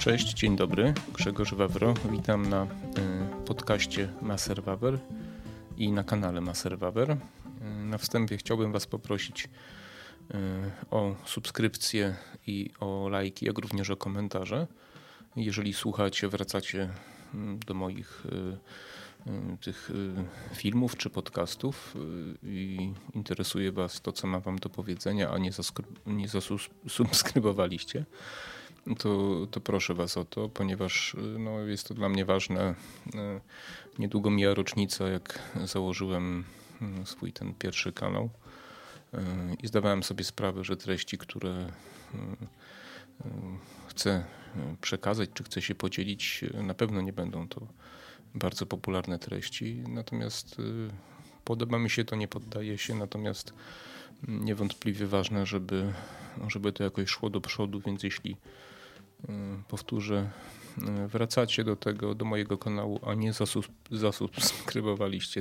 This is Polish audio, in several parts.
Cześć, dzień dobry, Grzegorz Wawro. Witam na podcaście Maser Wawer i na kanale Maser Wawer. Na wstępie chciałbym Was poprosić o subskrypcję i o lajki, jak również o komentarze. Jeżeli słuchacie, wracacie do moich tych filmów czy podcastów i interesuje Was to, co mam Wam do powiedzenia, a nie zasubskrybowaliście, to proszę Was o to, ponieważ jest to dla mnie ważne. Niedługo mija rocznica, jak założyłem swój ten pierwszy kanał i zdawałem sobie sprawę, że treści, które chcę przekazać, czy chcę się podzielić, na pewno nie będą to bardzo popularne treści, natomiast podoba mi się to, nie poddaję się, natomiast niewątpliwie ważne, żeby to jakoś szło do przodu, więc jeśli powtórzę, wracacie do mojego kanału, a nie zasubskrybowaliście,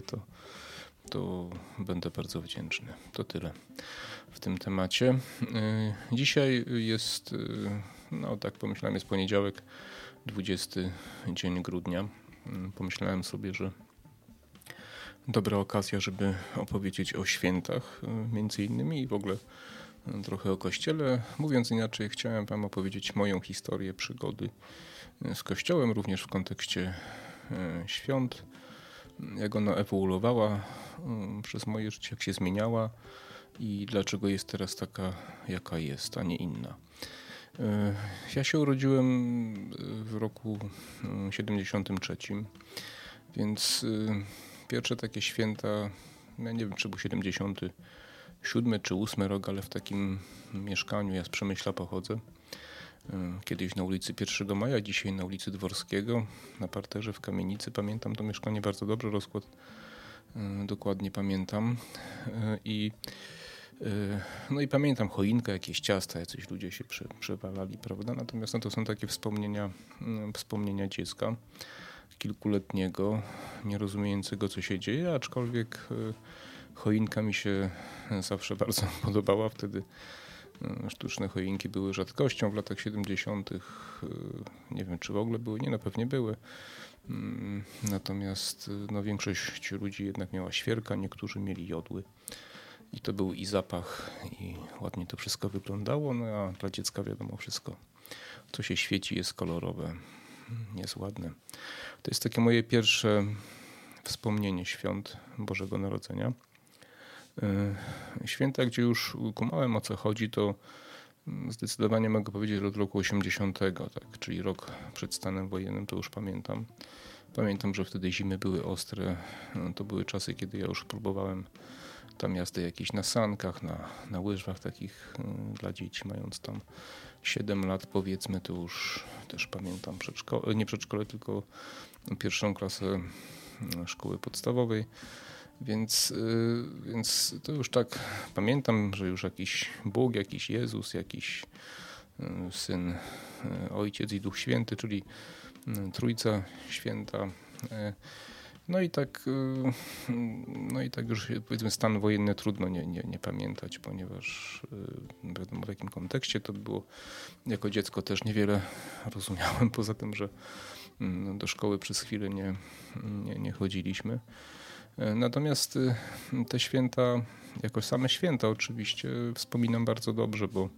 to będę bardzo wdzięczny. To tyle w tym temacie. Dzisiaj jest, tak pomyślałem, jest poniedziałek, 20 dzień grudnia. Pomyślałem sobie, że dobra okazja, żeby opowiedzieć o świętach między innymi i w ogóle trochę o Kościele. Mówiąc inaczej, chciałem Wam opowiedzieć moją historię przygody z Kościołem, również w kontekście świąt, jak ona ewoluowała przez moje życie, jak się zmieniała i dlaczego jest teraz taka, jaka jest, a nie inna. Ja się urodziłem w roku 73, więc pierwsze takie święta, ja nie wiem, czy był 77 czy 8 rok, ale w takim mieszkaniu, ja z Przemyśla pochodzę, kiedyś na ulicy 1 Maja, dzisiaj na ulicy Dworskiego, na parterze w kamienicy. Pamiętam to mieszkanie bardzo dobrze, rozkład dokładnie pamiętam. I pamiętam choinkę, jakieś ciasta, jacyś ludzie się przewalali, prawda? Natomiast to są takie wspomnienia dziecka kilkuletniego, nierozumiejącego, co się dzieje, aczkolwiek choinka mi się zawsze bardzo podobała. Wtedy sztuczne choinki były rzadkością w latach 70. Nie wiem, czy w ogóle były. Nie, pewnie były. Natomiast większość ludzi jednak miała świerka, niektórzy mieli jodły. I to był i zapach, i ładnie to wszystko wyglądało. A dla dziecka wiadomo, wszystko, co się świeci, jest kolorowe, jest ładne. To jest takie moje pierwsze wspomnienie świąt Bożego Narodzenia. Święta, gdzie już kumałem, o co chodzi, to zdecydowanie mogę powiedzieć od roku 80, tak, czyli rok przed stanem wojennym, to już pamiętam. Pamiętam, że wtedy zimy były ostre. To były czasy, kiedy ja już próbowałem tam jazdy jakieś na sankach, na łyżwach takich dla dzieci, mając tam 7 lat powiedzmy, to już też pamiętam nie przedszkole, tylko pierwszą klasę szkoły podstawowej. Więc to już tak pamiętam, że już jakiś Bóg, jakiś Jezus, jakiś Syn, Ojciec i Duch Święty, czyli Trójca Święta. No i tak już powiedzmy stan wojenny trudno nie pamiętać, ponieważ wiadomo w jakim kontekście to było. Jako dziecko też niewiele rozumiałem, poza tym, że do szkoły przez chwilę nie chodziliśmy. Natomiast te święta, jako same święta oczywiście wspominam bardzo dobrze, bo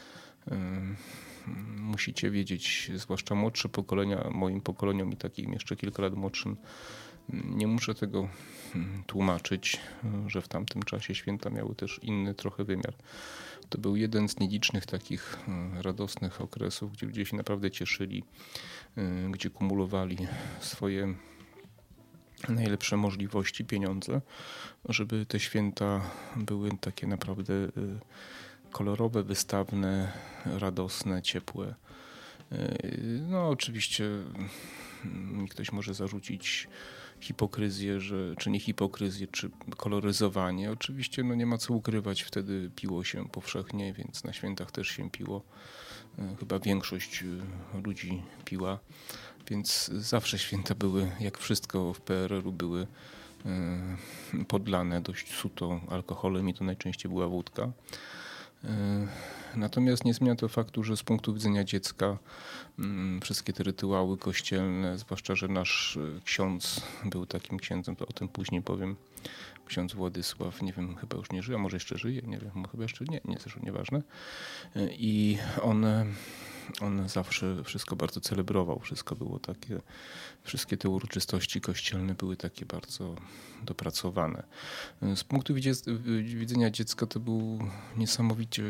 musicie wiedzieć, zwłaszcza młodsze pokolenia, moim pokoleniom i takim jeszcze kilka lat młodszym, nie muszę tego tłumaczyć, że w tamtym czasie święta miały też inny trochę wymiar. To był jeden z nielicznych takich radosnych okresów, gdzie ludzie się naprawdę cieszyli, gdzie kumulowali swoje najlepsze możliwości, pieniądze, żeby te święta były takie naprawdę kolorowe, wystawne, radosne, ciepłe. Oczywiście mi ktoś może zarzucić hipokryzję, czy nie hipokryzję, czy koloryzowanie. Oczywiście nie ma co ukrywać, wtedy piło się powszechnie, więc na świętach też się piło. Chyba większość ludzi piła, więc zawsze święta były, jak wszystko w PRL-u, były podlane dość suto alkoholem i to najczęściej była wódka. Natomiast nie zmienia to faktu, że z punktu widzenia dziecka wszystkie te rytuały kościelne, zwłaszcza, że nasz ksiądz był takim księdzem, to o tym później powiem, ksiądz Władysław, nie wiem, chyba już nie żyje, a może jeszcze żyje, nie wiem, chyba jeszcze nie, zresztą nieważne. I on zawsze wszystko bardzo celebrował, wszystko było takie, wszystkie te uroczystości kościelne były takie bardzo dopracowane. Z punktu widzenia dziecka to był niesamowicie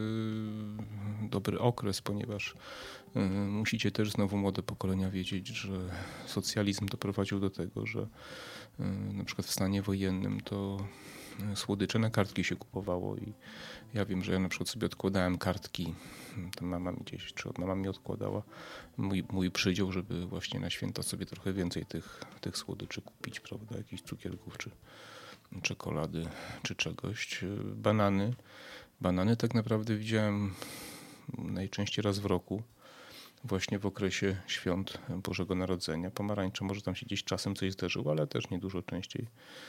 dobry okres, ponieważ musicie też znowu młode pokolenia wiedzieć, że socjalizm doprowadził do tego, że na przykład w stanie wojennym to słodycze na kartki się kupowało i ja wiem, że ja na przykład sobie odkładałem kartki, to mama mi gdzieś, czy mama mi odkładała mój przydział, żeby właśnie na święta sobie trochę więcej tych słodyczy kupić, prawda, jakichś cukierków, czy czekolady, czy czegoś. Banany tak naprawdę widziałem najczęściej raz w roku, właśnie w okresie świąt Bożego Narodzenia. Pomarańcze może tam się gdzieś czasem coś zdarzyło, ale też nie dużo częściej.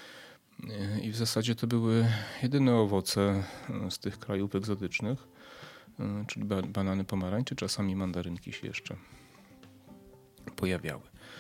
I w zasadzie to były jedyne owoce z tych krajów egzotycznych, czyli banany, pomarańcze, czasami mandarynki się jeszcze pojawiały.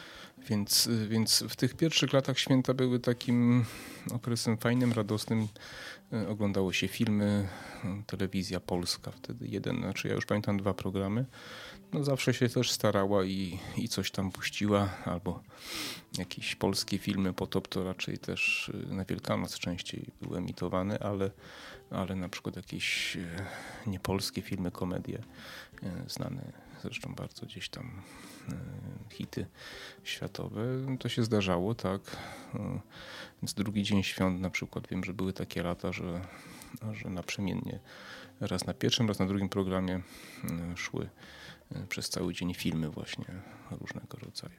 Więc w tych pierwszych latach święta były takim okresem fajnym, radosnym. Oglądało się filmy, telewizja polska wtedy ja już pamiętam 2 programy. No zawsze się też starała i coś tam puściła, albo jakieś polskie filmy. Potop to raczej też na Wielkanoc częściej były emitowane, ale na przykład jakieś niepolskie filmy, komedie znane zresztą bardzo gdzieś tam hity światowe, to się zdarzało, tak. Więc drugi dzień świąt na przykład, wiem, że były takie lata, że naprzemiennie raz na pierwszym, raz na drugim programie szły przez cały dzień filmy właśnie różnego rodzaju.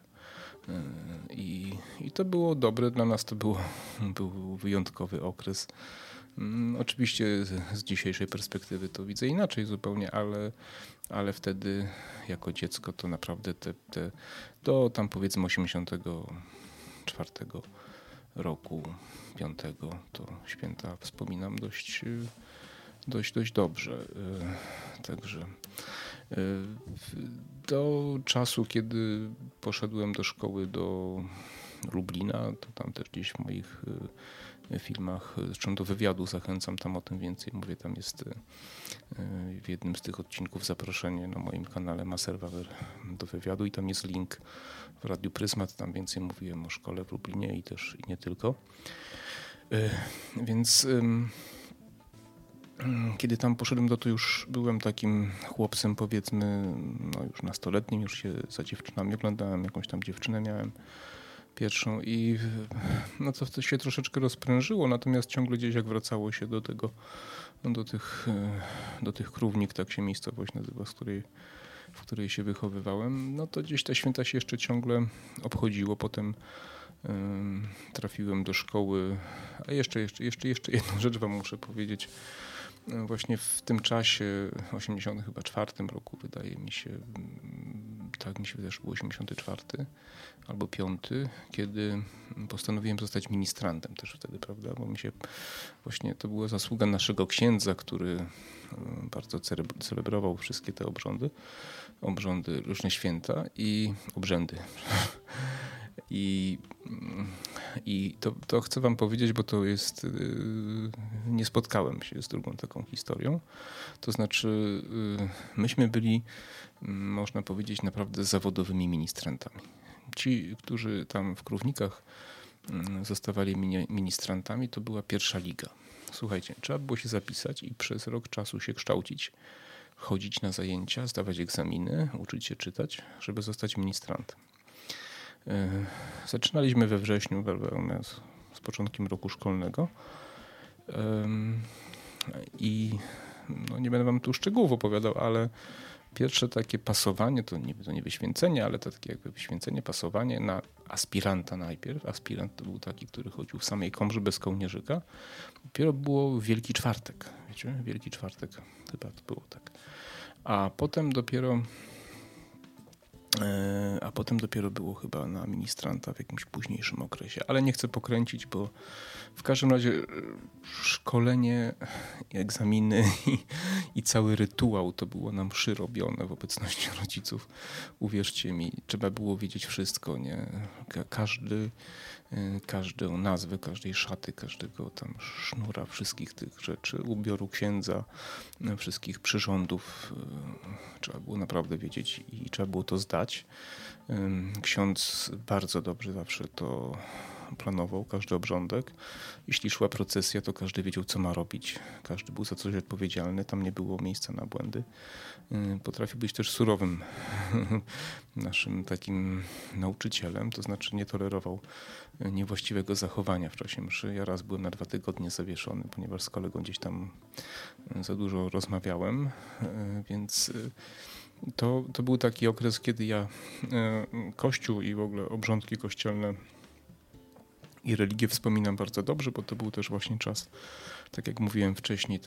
I to było dobre, dla nas to był wyjątkowy okres. Oczywiście z dzisiejszej perspektywy to widzę inaczej zupełnie, ale wtedy jako dziecko to naprawdę do tam powiedzmy 84 roku, 5, to święta wspominam dość dobrze. Także do czasu, kiedy poszedłem do szkoły do Lublina, to tam też gdzieś w moich filmach, zresztą do wywiadu zachęcam, tam o tym więcej mówię, tam jest w jednym z tych odcinków zaproszenie na moim kanale Maserwawer do wywiadu i tam jest link w Radiu Prysmat, tam więcej mówiłem o szkole w Lublinie i też i nie tylko. Więc kiedy tam poszedłem, to już byłem takim chłopcem, powiedzmy, no już nastoletnim, już się za dziewczynami oglądałem, jakąś tam dziewczynę miałem pierwszą i no to się troszeczkę rozprężyło, natomiast ciągle gdzieś jak wracało się do tych Krównik, tak się miejscowość nazywa, w której się wychowywałem, no to gdzieś te święta się jeszcze ciągle obchodziło. Potem trafiłem do szkoły, a jeszcze jedną rzecz wam muszę powiedzieć. Właśnie w tym czasie, 84 roku, wydaje mi się, tak mi się wydaje, że był 84 albo 5, kiedy postanowiłem zostać ministrantem też wtedy, prawda, bo mi się właśnie to była zasługa naszego księdza, który bardzo celebrował wszystkie te obrządy, różne święta i obrzędy. I to chcę wam powiedzieć, bo to jest, nie spotkałem się z drugą taką historią. To znaczy myśmy byli, można powiedzieć, naprawdę zawodowymi ministrantami. Ci, którzy tam w Krównikach zostawali ministrantami, to była pierwsza liga. Słuchajcie, trzeba było się zapisać i przez rok czasu się kształcić, chodzić na zajęcia, zdawać egzaminy, uczyć się czytać, żeby zostać ministrantem. Zaczynaliśmy we wrześniu, z początkiem roku szkolnego i no nie będę wam tu szczegółów opowiadał, ale pierwsze takie pasowanie, to nie wyświęcenie, ale to takie jakby wyświęcenie, pasowanie na aspiranta najpierw. Aspirant to był taki, który chodził w samej komrze bez kołnierzyka. Dopiero było Wielki Czwartek, wiecie? Wielki Czwartek, chyba to było tak. A potem dopiero A potem dopiero było chyba na ministranta w jakimś późniejszym okresie. Ale nie chcę pokręcić, bo w każdym razie szkolenie, egzaminy i cały rytuał to było nam robione w obecności rodziców. Uwierzcie mi, trzeba było wiedzieć wszystko, nie? Każdą nazwę, każdej szaty, każdego tam sznura, wszystkich tych rzeczy, ubioru księdza, wszystkich przyrządów. Trzeba było naprawdę wiedzieć i trzeba było to zdać. Ksiądz bardzo dobrze zawsze to planował, każdy obrządek. Jeśli szła procesja, to każdy wiedział, co ma robić. Każdy był za coś odpowiedzialny, tam nie było miejsca na błędy. Potrafił być też surowym naszym takim nauczycielem, to znaczy nie tolerował niewłaściwego zachowania w czasie mszy. Ja raz byłem na 2 tygodnie zawieszony, ponieważ z kolegą gdzieś tam za dużo rozmawiałem, więc to był taki okres, kiedy ja Kościół i w ogóle obrządki kościelne i religię wspominam bardzo dobrze, bo to był też właśnie czas, tak jak mówiłem wcześniej,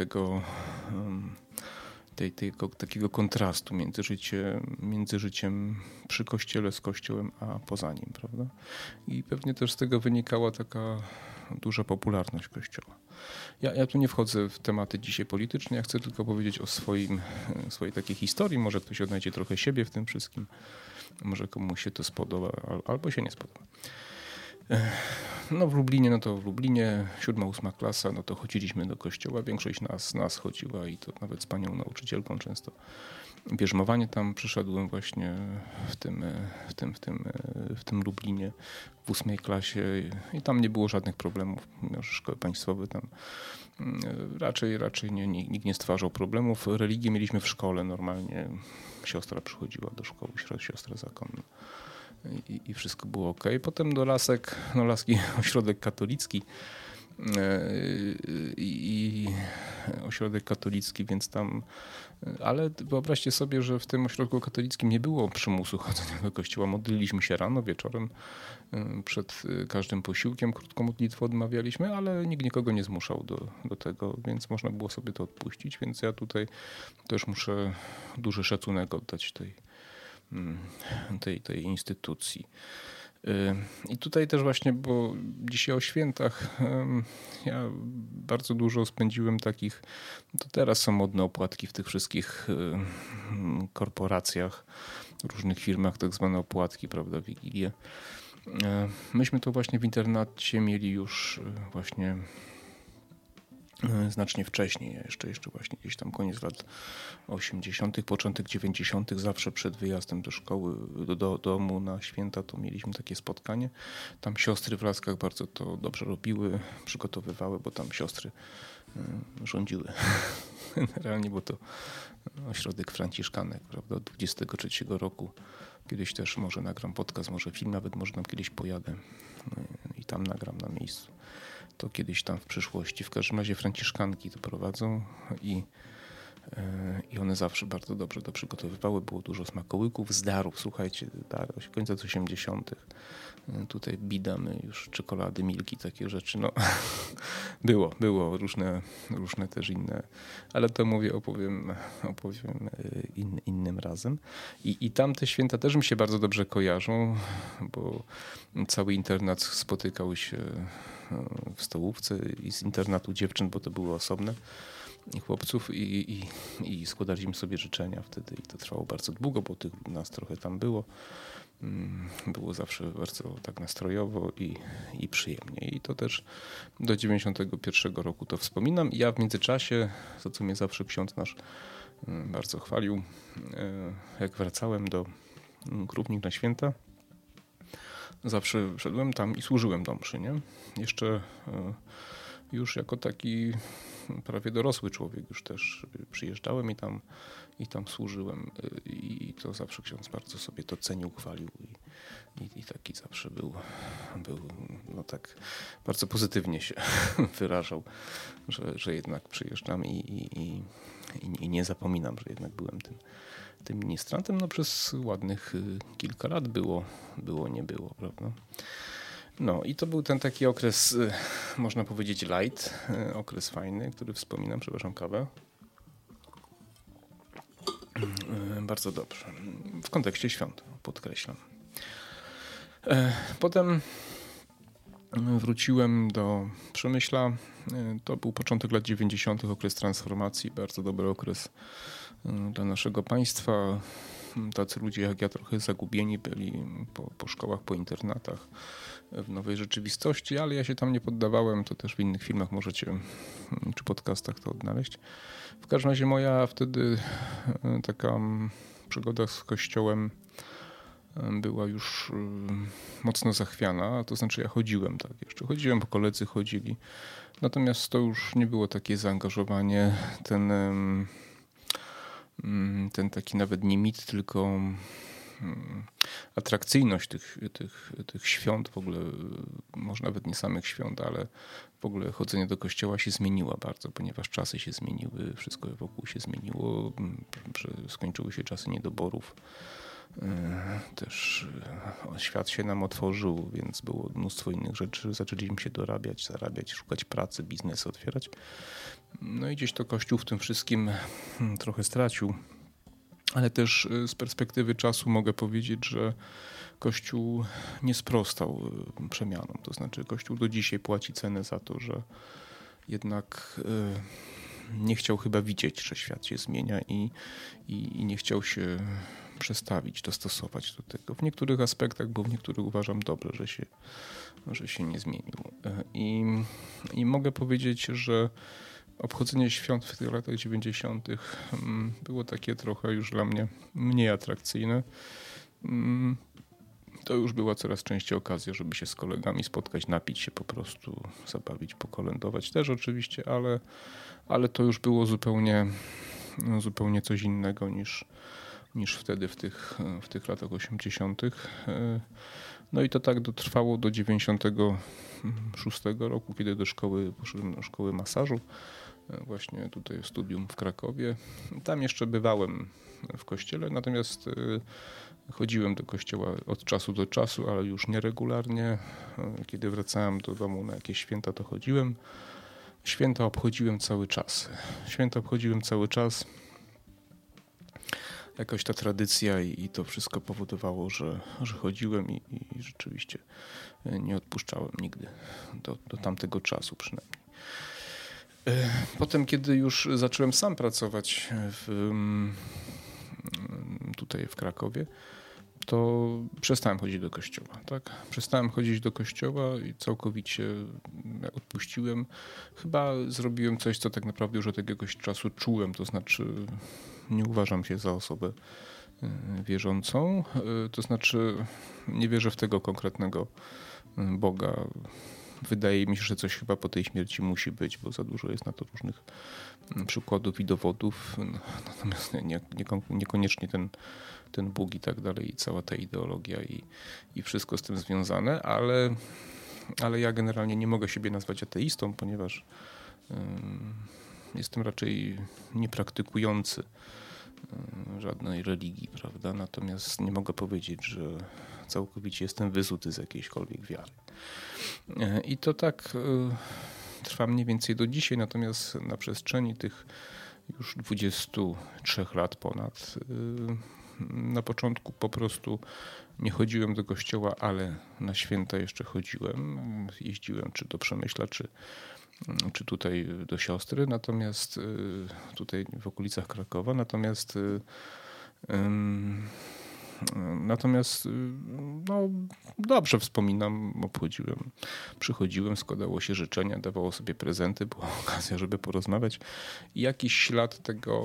takiego kontrastu między życiem przy kościele, z kościołem, a poza nim, prawda? I pewnie też z tego wynikała taka duża popularność kościoła. Ja tu nie wchodzę w tematy dzisiaj polityczne, ja chcę tylko powiedzieć o swojej takiej historii. Może ktoś odnajdzie trochę siebie w tym wszystkim, może komuś się to spodoba, albo się nie spodoba. No w Lublinie, 7., 8. klasa, no to chodziliśmy do kościoła, większość nas chodziła i to nawet z panią nauczycielką często. Bierzmowanie tam przyszedłem właśnie w tym Lublinie w 8. klasie i tam nie było żadnych problemów, mimo że szkoły państwowe tam raczej nikt nie stwarzał problemów. Religię mieliśmy w szkole normalnie, siostra przychodziła do szkoły, siostra zakonna. I wszystko było ok. Potem do Laski ośrodek katolicki i ośrodek katolicki, więc tam, ale wyobraźcie sobie, że w tym ośrodku katolickim nie było przymusu chodzenia do kościoła. Modliliśmy się rano, wieczorem, przed każdym posiłkiem, krótką modlitwę odmawialiśmy, ale nikt nikogo nie zmuszał do tego, więc można było sobie to odpuścić, więc ja tutaj też muszę duży szacunek oddać tej instytucji. I tutaj też właśnie, bo dzisiaj o świętach ja bardzo dużo spędziłem takich, to teraz są modne opłatki w tych wszystkich korporacjach, różnych firmach, tak zwane opłatki, prawda, Wigilię. Myśmy to właśnie w internacie mieli już właśnie znacznie wcześniej, jeszcze właśnie gdzieś tam koniec lat 80., początek 90., zawsze przed wyjazdem do szkoły, do domu na święta, to mieliśmy takie spotkanie. Tam siostry w Laskach bardzo to dobrze robiły, przygotowywały, bo tam siostry rządziły. Generalnie, bo to ośrodek franciszkanek, prawda, od 23 roku. Kiedyś też może nagram podcast, może film, nawet może tam kiedyś pojadę i tam nagram na miejscu. To kiedyś tam w przyszłości. W każdym razie franciszkanki to prowadzą i one zawsze bardzo dobrze to przygotowywały. Było dużo smakołyków, z darów. Słuchajcie, dary, końca lat 80. Tutaj bidamy już czekolady, milki, takie rzeczy. No, było różne też inne, ale to opowiem innym razem. I tamte święta też mi się bardzo dobrze kojarzą, bo cały internat spotykał się w stołówce i z internatu dziewczyn, bo to były osobne, i chłopców i składaliśmy sobie życzenia wtedy i to trwało bardzo długo, bo tych nas trochę tam było. Było zawsze bardzo tak nastrojowo i przyjemnie. I to też do 91 roku to wspominam. I ja w międzyczasie, za co mnie zawsze ksiądz nasz bardzo chwalił, jak wracałem do Krupnik na święta, zawsze szedłem tam i służyłem do mszy, nie? Jeszcze już jako taki prawie dorosły człowiek już też przyjeżdżałem i tam służyłem i to zawsze ksiądz bardzo sobie to cenił, chwalił i taki zawsze był no tak bardzo pozytywnie się wyrażał, że jednak przyjeżdżam i nie zapominam, że jednak byłem tym ministrantem. No przez ładnych kilka lat było, nie było, prawda? No i to był ten taki okres, można powiedzieć light, okres fajny, który wspominam, przepraszam, kawę. bardzo dobrze. W kontekście świąt, podkreślam. Potem wróciłem do Przemyśla. To był początek lat 90., okres transformacji, bardzo dobry okres dla naszego państwa. Tacy ludzie jak ja, trochę zagubieni byli po szkołach, po internatach, w nowej rzeczywistości, ale ja się tam nie poddawałem. To też w innych filmach możecie, czy podcastach to odnaleźć. W każdym razie moja wtedy taka przygoda z Kościołem była już mocno zachwiana, to znaczy ja chodziłem, tak, jeszcze chodziłem, bo koledzy chodzili, natomiast to już nie było takie zaangażowanie, ten taki nawet nie mit, tylko atrakcyjność tych świąt, w ogóle może nawet nie samych świąt, ale w ogóle chodzenie do kościoła się zmieniła bardzo, ponieważ czasy się zmieniły, wszystko wokół się zmieniło, skończyły się czasy niedoborów. Też świat się nam otworzył, więc było mnóstwo innych rzeczy. Zaczęliśmy się dorabiać, zarabiać, szukać pracy, biznesy otwierać. No i gdzieś to Kościół w tym wszystkim trochę stracił. Ale też z perspektywy czasu mogę powiedzieć, że Kościół nie sprostał przemianom. To znaczy Kościół do dzisiaj płaci cenę za to, że jednak nie chciał chyba widzieć, że świat się zmienia i nie chciał się przestawić, dostosować do tego. W niektórych aspektach, bo w niektórych uważam dobrze, że się nie zmienił. I mogę powiedzieć, że obchodzenie świąt w tych latach 90. było takie trochę już dla mnie mniej atrakcyjne. To już była coraz częściej okazja, żeby się z kolegami spotkać, napić się po prostu, zabawić, pokolędować też oczywiście, ale to już było zupełnie coś innego niż wtedy w tych latach 80. No i to tak dotrwało do 96 roku, kiedy poszedłem do szkoły masażu, właśnie tutaj w studium w Krakowie. Tam jeszcze bywałem w kościele, natomiast chodziłem do kościoła od czasu do czasu, ale już nieregularnie. Kiedy wracałem do domu na jakieś święta, to chodziłem. Święta obchodziłem cały czas. Jakoś ta tradycja i to wszystko powodowało, że chodziłem i rzeczywiście nie odpuszczałem nigdy do tamtego czasu przynajmniej. Potem, kiedy już zacząłem sam pracować tutaj w Krakowie, to przestałem chodzić do kościoła. Tak? Przestałem chodzić do kościoła i całkowicie odpuściłem. Chyba zrobiłem coś, co tak naprawdę już od jakiegoś czasu czułem, to znaczy nie uważam się za osobę wierzącą, to znaczy nie wierzę w tego konkretnego Boga. Wydaje mi się, że coś chyba po tej śmierci musi być, bo za dużo jest na to różnych przykładów i dowodów. Natomiast niekoniecznie ten Bóg i tak dalej, i cała ta ideologia i wszystko z tym związane, ale ja generalnie nie mogę siebie nazwać ateistą, ponieważ jestem raczej niepraktykujący żadnej religii, prawda? Natomiast nie mogę powiedzieć, że całkowicie jestem wyzuty z jakiejśkolwiek wiary. I to tak trwa mniej więcej do dzisiaj, natomiast na przestrzeni tych już 23 lat ponad na początku po prostu nie chodziłem do kościoła, ale na święta jeszcze chodziłem. Jeździłem czy do Przemyśla, czy tutaj do siostry, natomiast tutaj w okolicach Krakowa, natomiast no, dobrze wspominam, przychodziłem, składało się życzenia, dawało sobie prezenty, była okazja, żeby porozmawiać i jakiś ślad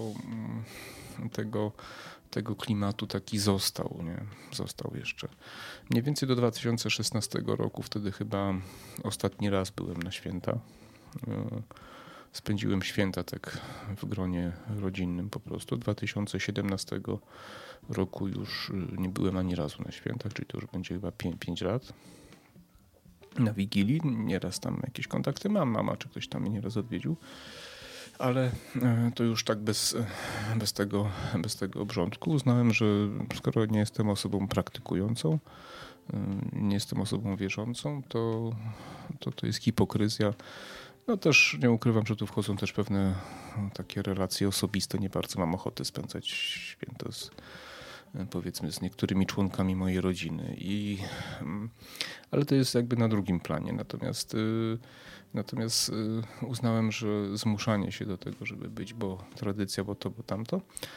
tego klimatu taki został, nie? Został jeszcze. Mniej więcej do 2016 roku, wtedy chyba ostatni raz byłem na święta. Spędziłem święta tak w gronie rodzinnym po prostu. 2017 roku już nie byłem ani razu na świętach, czyli to już będzie chyba 5 lat. Na Wigilii nieraz tam jakieś kontakty mam, mama czy ktoś tam mnie nieraz odwiedził, ale to już tak bez tego obrządku uznałem, że skoro nie jestem osobą praktykującą, nie jestem osobą wierzącą, to jest hipokryzja No też nie ukrywam, że tu wchodzą też pewne takie relacje osobiste. Nie bardzo mam ochotę spędzać święto powiedzmy z niektórymi członkami mojej rodziny. Ale to jest jakby na drugim planie. Natomiast uznałem, że zmuszanie się do tego, żeby być, bo tradycja, bo to, bo tamto,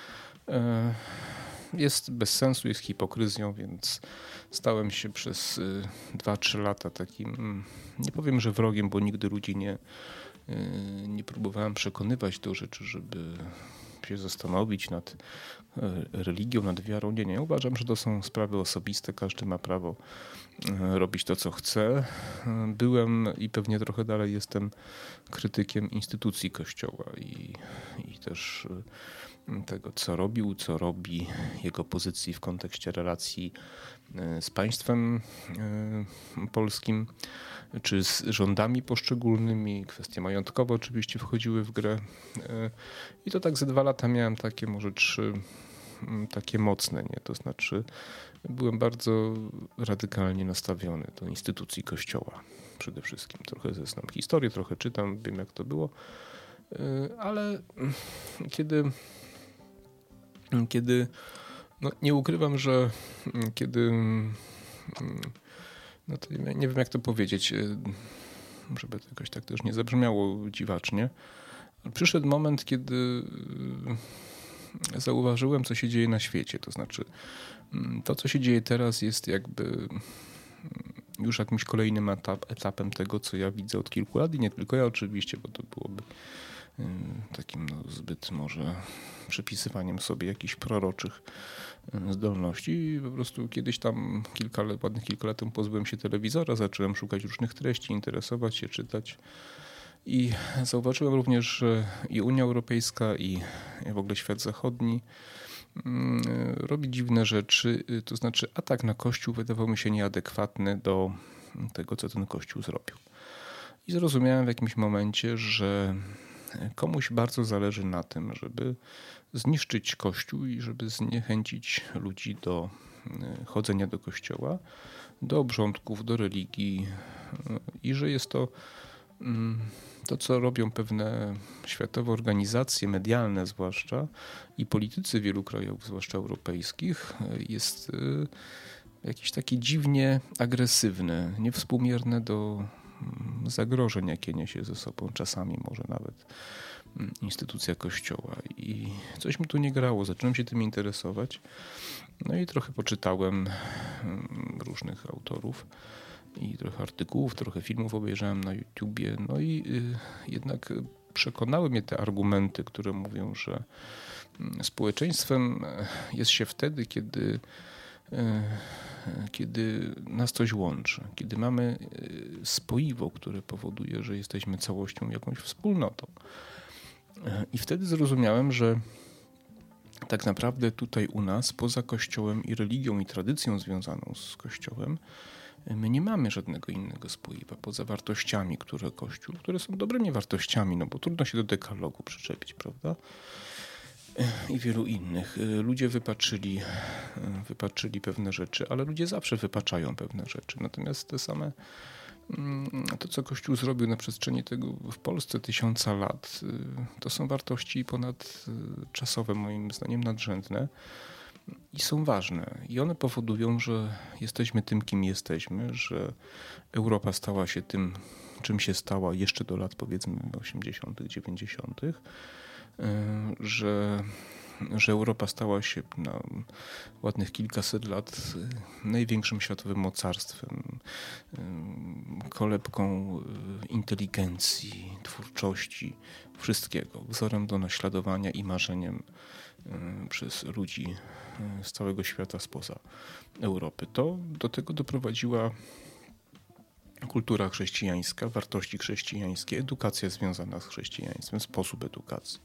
jest bez sensu, jest hipokryzją, więc stałem się przez 2-3 lata takim, nie powiem, że wrogiem, bo nigdy ludzi nie próbowałem przekonywać do rzeczy, żeby się zastanowić nad religią, nad wiarą. Nie. Uważam, że to są sprawy osobiste. Każdy ma prawo robić to, co chce. Byłem i pewnie trochę dalej jestem krytykiem instytucji Kościoła i też tego, co robił, co robi, jego pozycji w kontekście relacji z państwem polskim, czy z rządami poszczególnymi. Kwestie majątkowe oczywiście wchodziły w grę. I to tak ze 2 lata miałem takie, może 3, takie mocne, nie? To znaczy byłem bardzo radykalnie nastawiony do instytucji Kościoła przede wszystkim. Trochę znam historię, trochę czytam, wiem jak to było, ale kiedy no nie ukrywam, że kiedy no to nie wiem jak to powiedzieć, żeby to jakoś tak też nie zabrzmiało dziwacznie, ale przyszedł moment, kiedy zauważyłem, co się dzieje na świecie. To znaczy to, co się dzieje teraz, jest jakby już jakimś kolejnym etapem tego, co ja widzę od kilku lat i nie tylko ja oczywiście, bo to byłoby takim zbyt może przypisywaniem sobie jakichś proroczych zdolności. I po prostu kiedyś tam ładnych kilka lat temu pozbyłem się telewizora, zacząłem szukać różnych treści, interesować się, czytać. I zauważyłem również, że i Unia Europejska, i w ogóle świat zachodni robi dziwne rzeczy. To znaczy atak na Kościół wydawał mi się nieadekwatny do tego, co ten Kościół zrobił. I zrozumiałem w jakimś momencie, że komuś bardzo zależy na tym, żeby zniszczyć Kościół i żeby zniechęcić ludzi do chodzenia do kościoła, do obrządków, do religii i że jest to, co robią pewne światowe organizacje medialne zwłaszcza i politycy wielu krajów, zwłaszcza europejskich, jest jakieś takie dziwnie agresywne, niewspółmierne do zagrożeń, jakie niesie ze sobą czasami może nawet instytucja Kościoła. I coś mi tu nie grało, zacząłem się tym interesować. No i trochę poczytałem różnych autorów i trochę artykułów, trochę filmów obejrzałem na YouTubie. No i jednak przekonały mnie te argumenty, które mówią, że społeczeństwem jest się wtedy, kiedy nas coś łączy, kiedy mamy spoiwo, które powoduje, że jesteśmy całością, jakąś wspólnotą. I wtedy zrozumiałem, że tak naprawdę tutaj u nas, poza Kościołem i religią i tradycją związaną z Kościołem, my nie mamy żadnego innego spoiwa poza wartościami, które są dobrymi wartościami, no bo trudno się do dekalogu przyczepić, prawda? I wielu innych. Ludzie wypaczyli pewne rzeczy, ale ludzie zawsze wypaczają pewne rzeczy. Natomiast to, co Kościół zrobił na przestrzeni tego w Polsce 1000 lat, to są wartości ponadczasowe, moim zdaniem nadrzędne i są ważne. I one powodują, że jesteśmy tym, kim jesteśmy, że Europa stała się tym, czym się stała jeszcze do lat powiedzmy 80., 90., że Europa stała się na ładnych kilkaset lat największym światowym mocarstwem, kolebką inteligencji, twórczości, wszystkiego, wzorem do naśladowania i marzeniem przez ludzi z całego świata spoza Europy. To do tego doprowadziła kultura chrześcijańska, wartości chrześcijańskie, edukacja związana z chrześcijaństwem, sposób edukacji,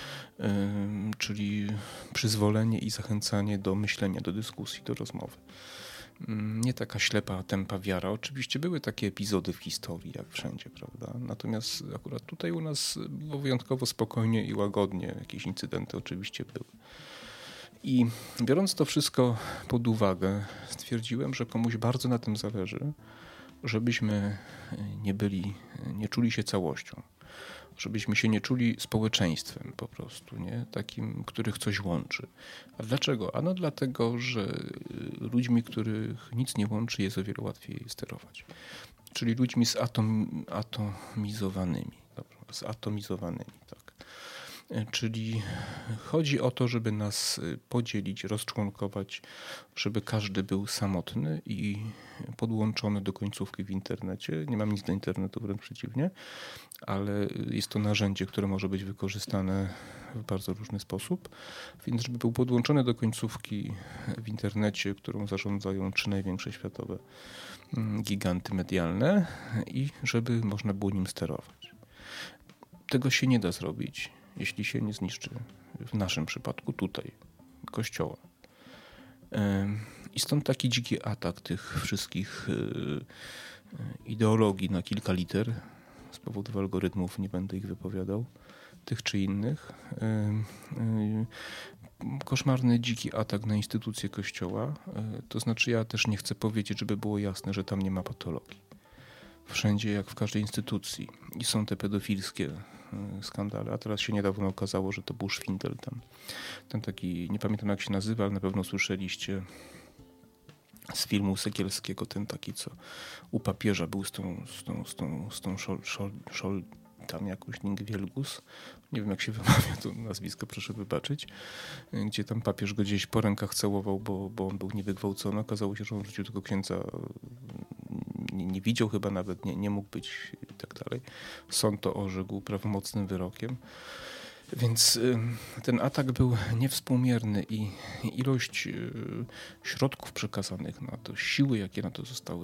czyli przyzwolenie i zachęcanie do myślenia, do dyskusji, do rozmowy. Nie taka ślepa, tępa wiara. Oczywiście były takie epizody w historii, jak wszędzie, prawda? Natomiast akurat tutaj u nas było wyjątkowo spokojnie i łagodnie. Jakieś incydenty oczywiście były. I biorąc to wszystko pod uwagę, stwierdziłem, że komuś bardzo na tym zależy, żebyśmy nie czuli się całością, żebyśmy się nie czuli społeczeństwem po prostu, nie? Takim, których coś łączy. A dlaczego? Ano dlatego, że ludźmi, których nic nie łączy, jest o wiele łatwiej sterować. Czyli ludźmi zatomizowanymi, tak. Czyli chodzi o to, żeby nas podzielić, rozczłonkować, żeby każdy był samotny i podłączony do końcówki w internecie. Nie mam nic do internetu, wręcz przeciwnie, ale jest to narzędzie, które może być wykorzystane w bardzo różny sposób. Więc żeby był podłączony do końcówki w internecie, którą zarządzają 3 największe światowe giganty medialne i żeby można było nim sterować. Tego się nie da zrobić, jeśli się nie zniszczy, w naszym przypadku tutaj, Kościoła. I stąd taki dziki atak tych wszystkich ideologii na kilka liter z powodu algorytmów, nie będę ich wypowiadał, tych czy innych. Koszmarny, dziki atak na instytucje Kościoła. To znaczy, ja też nie chcę powiedzieć, żeby było jasne, że tam nie ma patologii. Wszędzie, jak w każdej instytucji. I są te pedofilskie skandale. A teraz się niedawno okazało, że to był szwindel tam. Ten taki, nie pamiętam jak się nazywa, ale na pewno słyszeliście z filmu Sekielskiego, ten taki, co u papieża był z tą tam jakoś Wielgus. Nie wiem jak się wymawia to nazwisko, proszę wybaczyć. Gdzie tam papież go gdzieś po rękach całował, bo on był niby gwałcony. Okazało się, że on w życiu tego księdza nie widział chyba nawet, nie mógł być i tak dalej. Sąd to orzekł prawomocnym wyrokiem. Więc ten atak był niewspółmierny i ilość środków przekazanych na to, siły jakie na to zostały,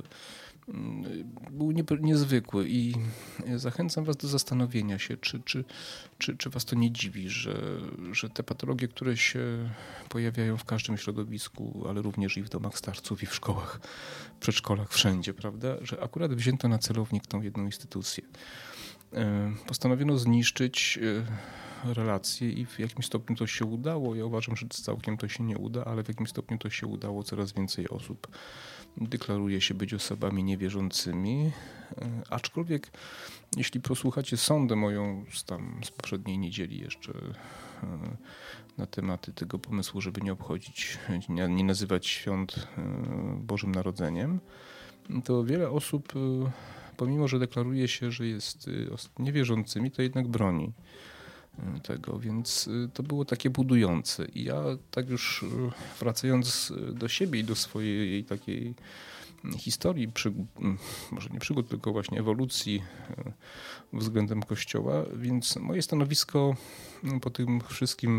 był niezwykły i zachęcam was do zastanowienia się, czy was to nie dziwi, że te patologie, które się pojawiają w każdym środowisku, ale również i w domach starców, i w szkołach, przedszkolach, wszędzie, prawda, że akurat wzięto na celownik tą jedną instytucję. Postanowiono zniszczyć relacje i w jakimś stopniu to się udało. Ja uważam, że całkiem to się nie uda, ale w jakimś stopniu to się udało. Coraz więcej osób deklaruje się być osobami niewierzącymi. Aczkolwiek, jeśli posłuchacie sondę moją z poprzedniej niedzieli jeszcze na tematy tego pomysłu, żeby nie obchodzić, nie nazywać świąt Bożym Narodzeniem, to wiele osób, pomimo że deklaruje się, że jest niewierzącymi, to jednak broni tego, więc to było takie budujące. I ja tak już wracając do siebie i do swojej takiej historii, może nie przygód, tylko właśnie ewolucji względem Kościoła, więc moje stanowisko po tym wszystkim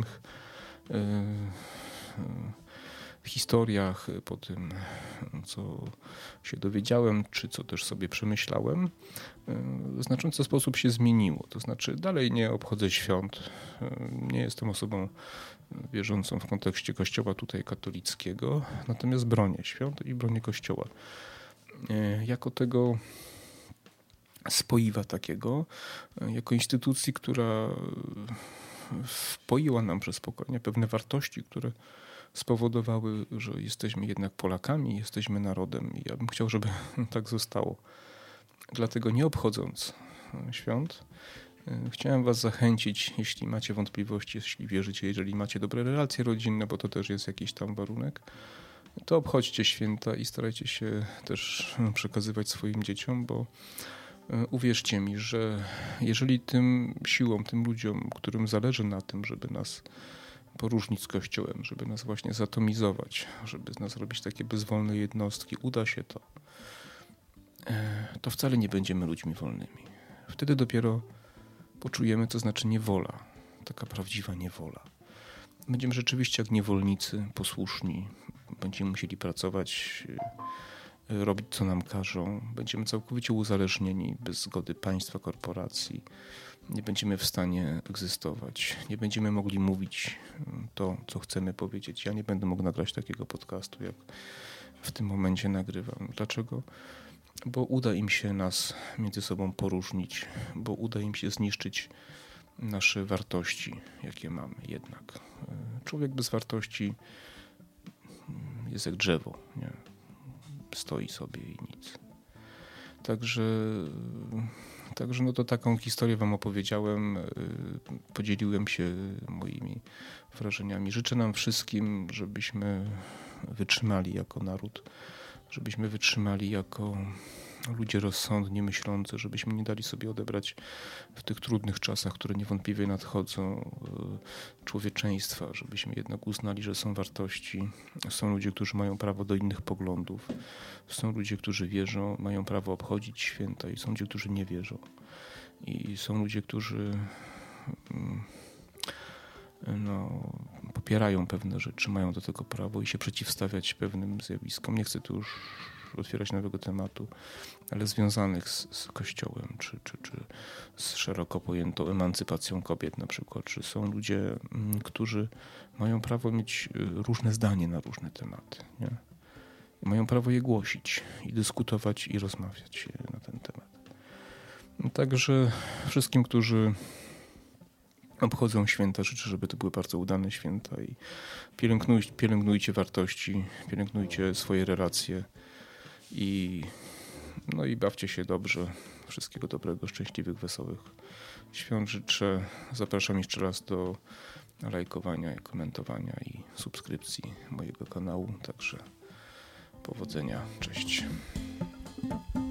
historiach, po tym, co się dowiedziałem, czy co też sobie przemyślałem, w znaczący sposób się zmieniło. To znaczy dalej nie obchodzę świąt, nie jestem osobą wierzącą w kontekście Kościoła tutaj katolickiego, natomiast bronię świąt i bronię Kościoła. Jako tego spoiwa takiego, jako instytucji, która wpoiła nam przez pokolenia pewne wartości, które spowodowały, że jesteśmy jednak Polakami, jesteśmy narodem i ja bym chciał, żeby tak zostało. Dlatego nie obchodząc świąt, chciałem was zachęcić, jeśli macie wątpliwości, jeśli wierzycie, jeżeli macie dobre relacje rodzinne, bo to też jest jakiś tam warunek, to obchodźcie święta i starajcie się też przekazywać swoim dzieciom, bo uwierzcie mi, że jeżeli tym siłom, tym ludziom, którym zależy na tym, żeby nas poróżnić z Kościołem, żeby nas właśnie zatomizować, żeby z nas robić takie bezwolne jednostki, uda się to wcale nie będziemy ludźmi wolnymi. Wtedy dopiero poczujemy, co znaczy niewola, taka prawdziwa niewola. Będziemy rzeczywiście jak niewolnicy, posłuszni, będziemy musieli pracować, robić co nam każą, będziemy całkowicie uzależnieni bez zgody państwa, korporacji, nie będziemy w stanie egzystować, nie będziemy mogli mówić to, co chcemy powiedzieć. Ja nie będę mógł nagrać takiego podcastu, jak w tym momencie nagrywam. Dlaczego? Bo uda im się nas między sobą poróżnić, bo uda im się zniszczyć nasze wartości, jakie mamy jednak. Człowiek bez wartości jest jak drzewo, nie? Stoi sobie i nic. Także no to taką historię wam opowiedziałem, podzieliłem się moimi wrażeniami. Życzę nam wszystkim, żebyśmy wytrzymali jako naród, żebyśmy wytrzymali jako ludzie rozsądnie myślący, żebyśmy nie dali sobie odebrać w tych trudnych czasach, które niewątpliwie nadchodzą, człowieczeństwa, żebyśmy jednak uznali, że są wartości, są ludzie, którzy mają prawo do innych poglądów, są ludzie, którzy wierzą, mają prawo obchodzić święta i są ludzie, którzy nie wierzą. I są ludzie, którzy popierają pewne rzeczy, mają do tego prawo i się przeciwstawiać pewnym zjawiskom. Nie chcę tu już otwierać nowego tematu, ale związanych z Kościołem, czy z szeroko pojętą emancypacją kobiet na przykład, czy są ludzie, którzy mają prawo mieć różne zdanie na różne tematy, nie? I mają prawo je głosić i dyskutować i rozmawiać na ten temat. Także wszystkim, którzy obchodzą święta, życzę, żeby to były bardzo udane święta i pielęgnujcie wartości, pielęgnujcie swoje relacje i bawcie się dobrze. Wszystkiego dobrego, szczęśliwych, wesołych świąt życzę. Zapraszam jeszcze raz do lajkowania, komentowania i subskrypcji mojego kanału. Także powodzenia. Cześć.